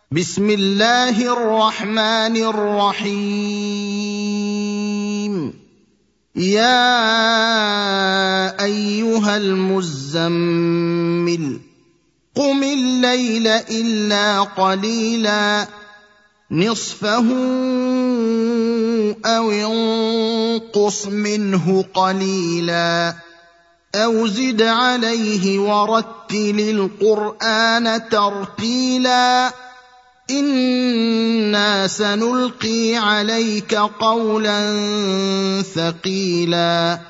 بسم الله الرحمن الرحيم. يا ايها المزمل قم الليل الا قليلا نصفه او انقص منه قليلا او زد عليه ورتل القران ترتيلا إنا سنلقي عليك قولا ثقيلا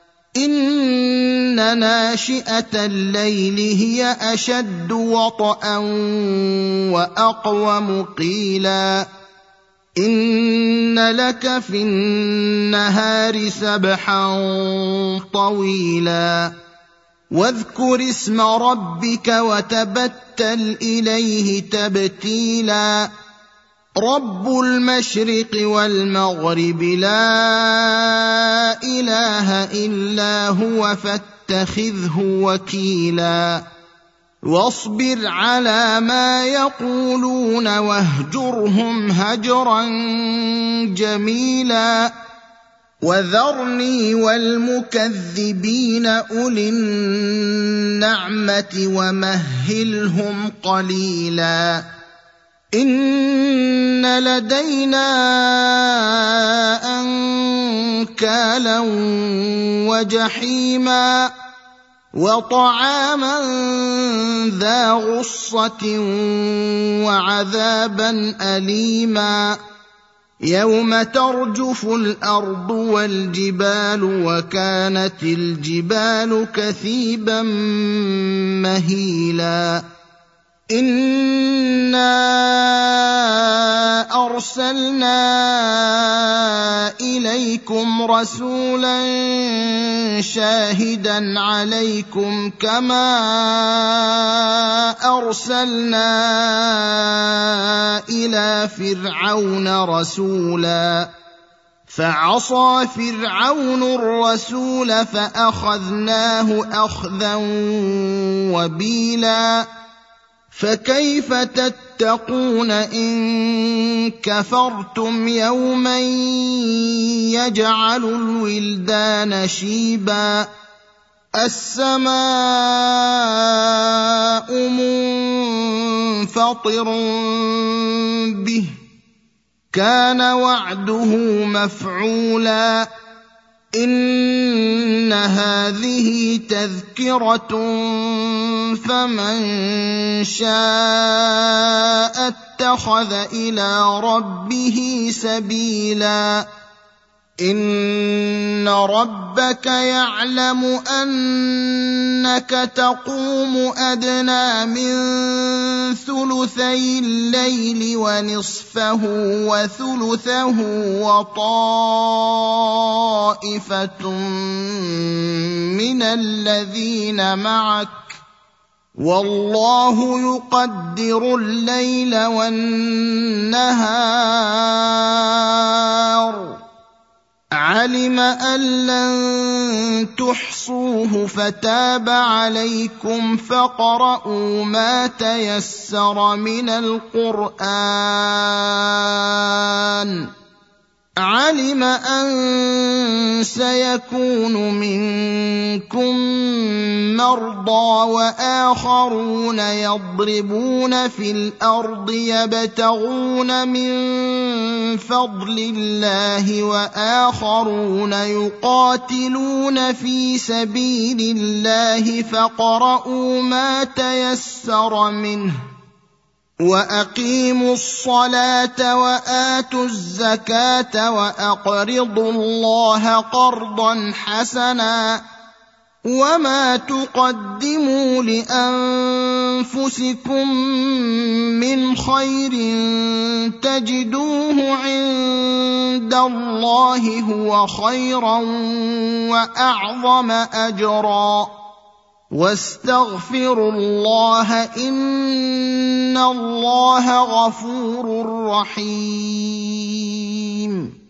إن ناشئة الليل هي أشد وطئا وأقوم قيلا إن لك في النهار سبحا طويلا واذكر اسم ربك وتبتل إليه تبتيلا رب المشرق والمغرب لا إله إلا هو فاتخذه وكيلا واصبر على ما يقولون واهجرهم هجرا جميلا وذرني والمكذبين أولي النعمة ومهلهم قليلا إن لدينا أنكالا وجحيما وطعاما ذا غصة وعذابا أليما يوم ترجف الأرض والجبال وكانت الجبال كثيبا مهيلا إنا أرسلنا إليكم رسولا شاهدا عليكم كما أرسلنا إلى فرعون رسولا فعصى فرعون الرسول فأخذناه أخذا وبيلا فكيف تتقون إن كفرتم يوما يجعل الولدان شيبا السماء منفطر به كان وعده مفعولا إن هذه تذكرة فمن شاء اتخذ إلى ربه سبيلا إن ربك يعلم أنك تقوم أدنى من ثلثي الليل ونصفه وثلثه وطائفة من الذين معك والله يقدر الليل والنهار علم أن لن تحصوه فتاب عليكم فاقرؤوا ما تيسر من القرآن علم أن سيكون منكم مرضى وآخرون يضربون في الأرض يبتغون من فضل الله وآخرون يقاتلون في سبيل الله فاقرؤوا ما تيسر منه وأقيموا الصلاة وآتوا الزكاة وأقرضوا الله قرضا حسنا وما تقدموا لأنفسكم من خير تجدوه عند الله هو خيرا وأعظم أجرا واستغفروا الله إن الله غفور رحيم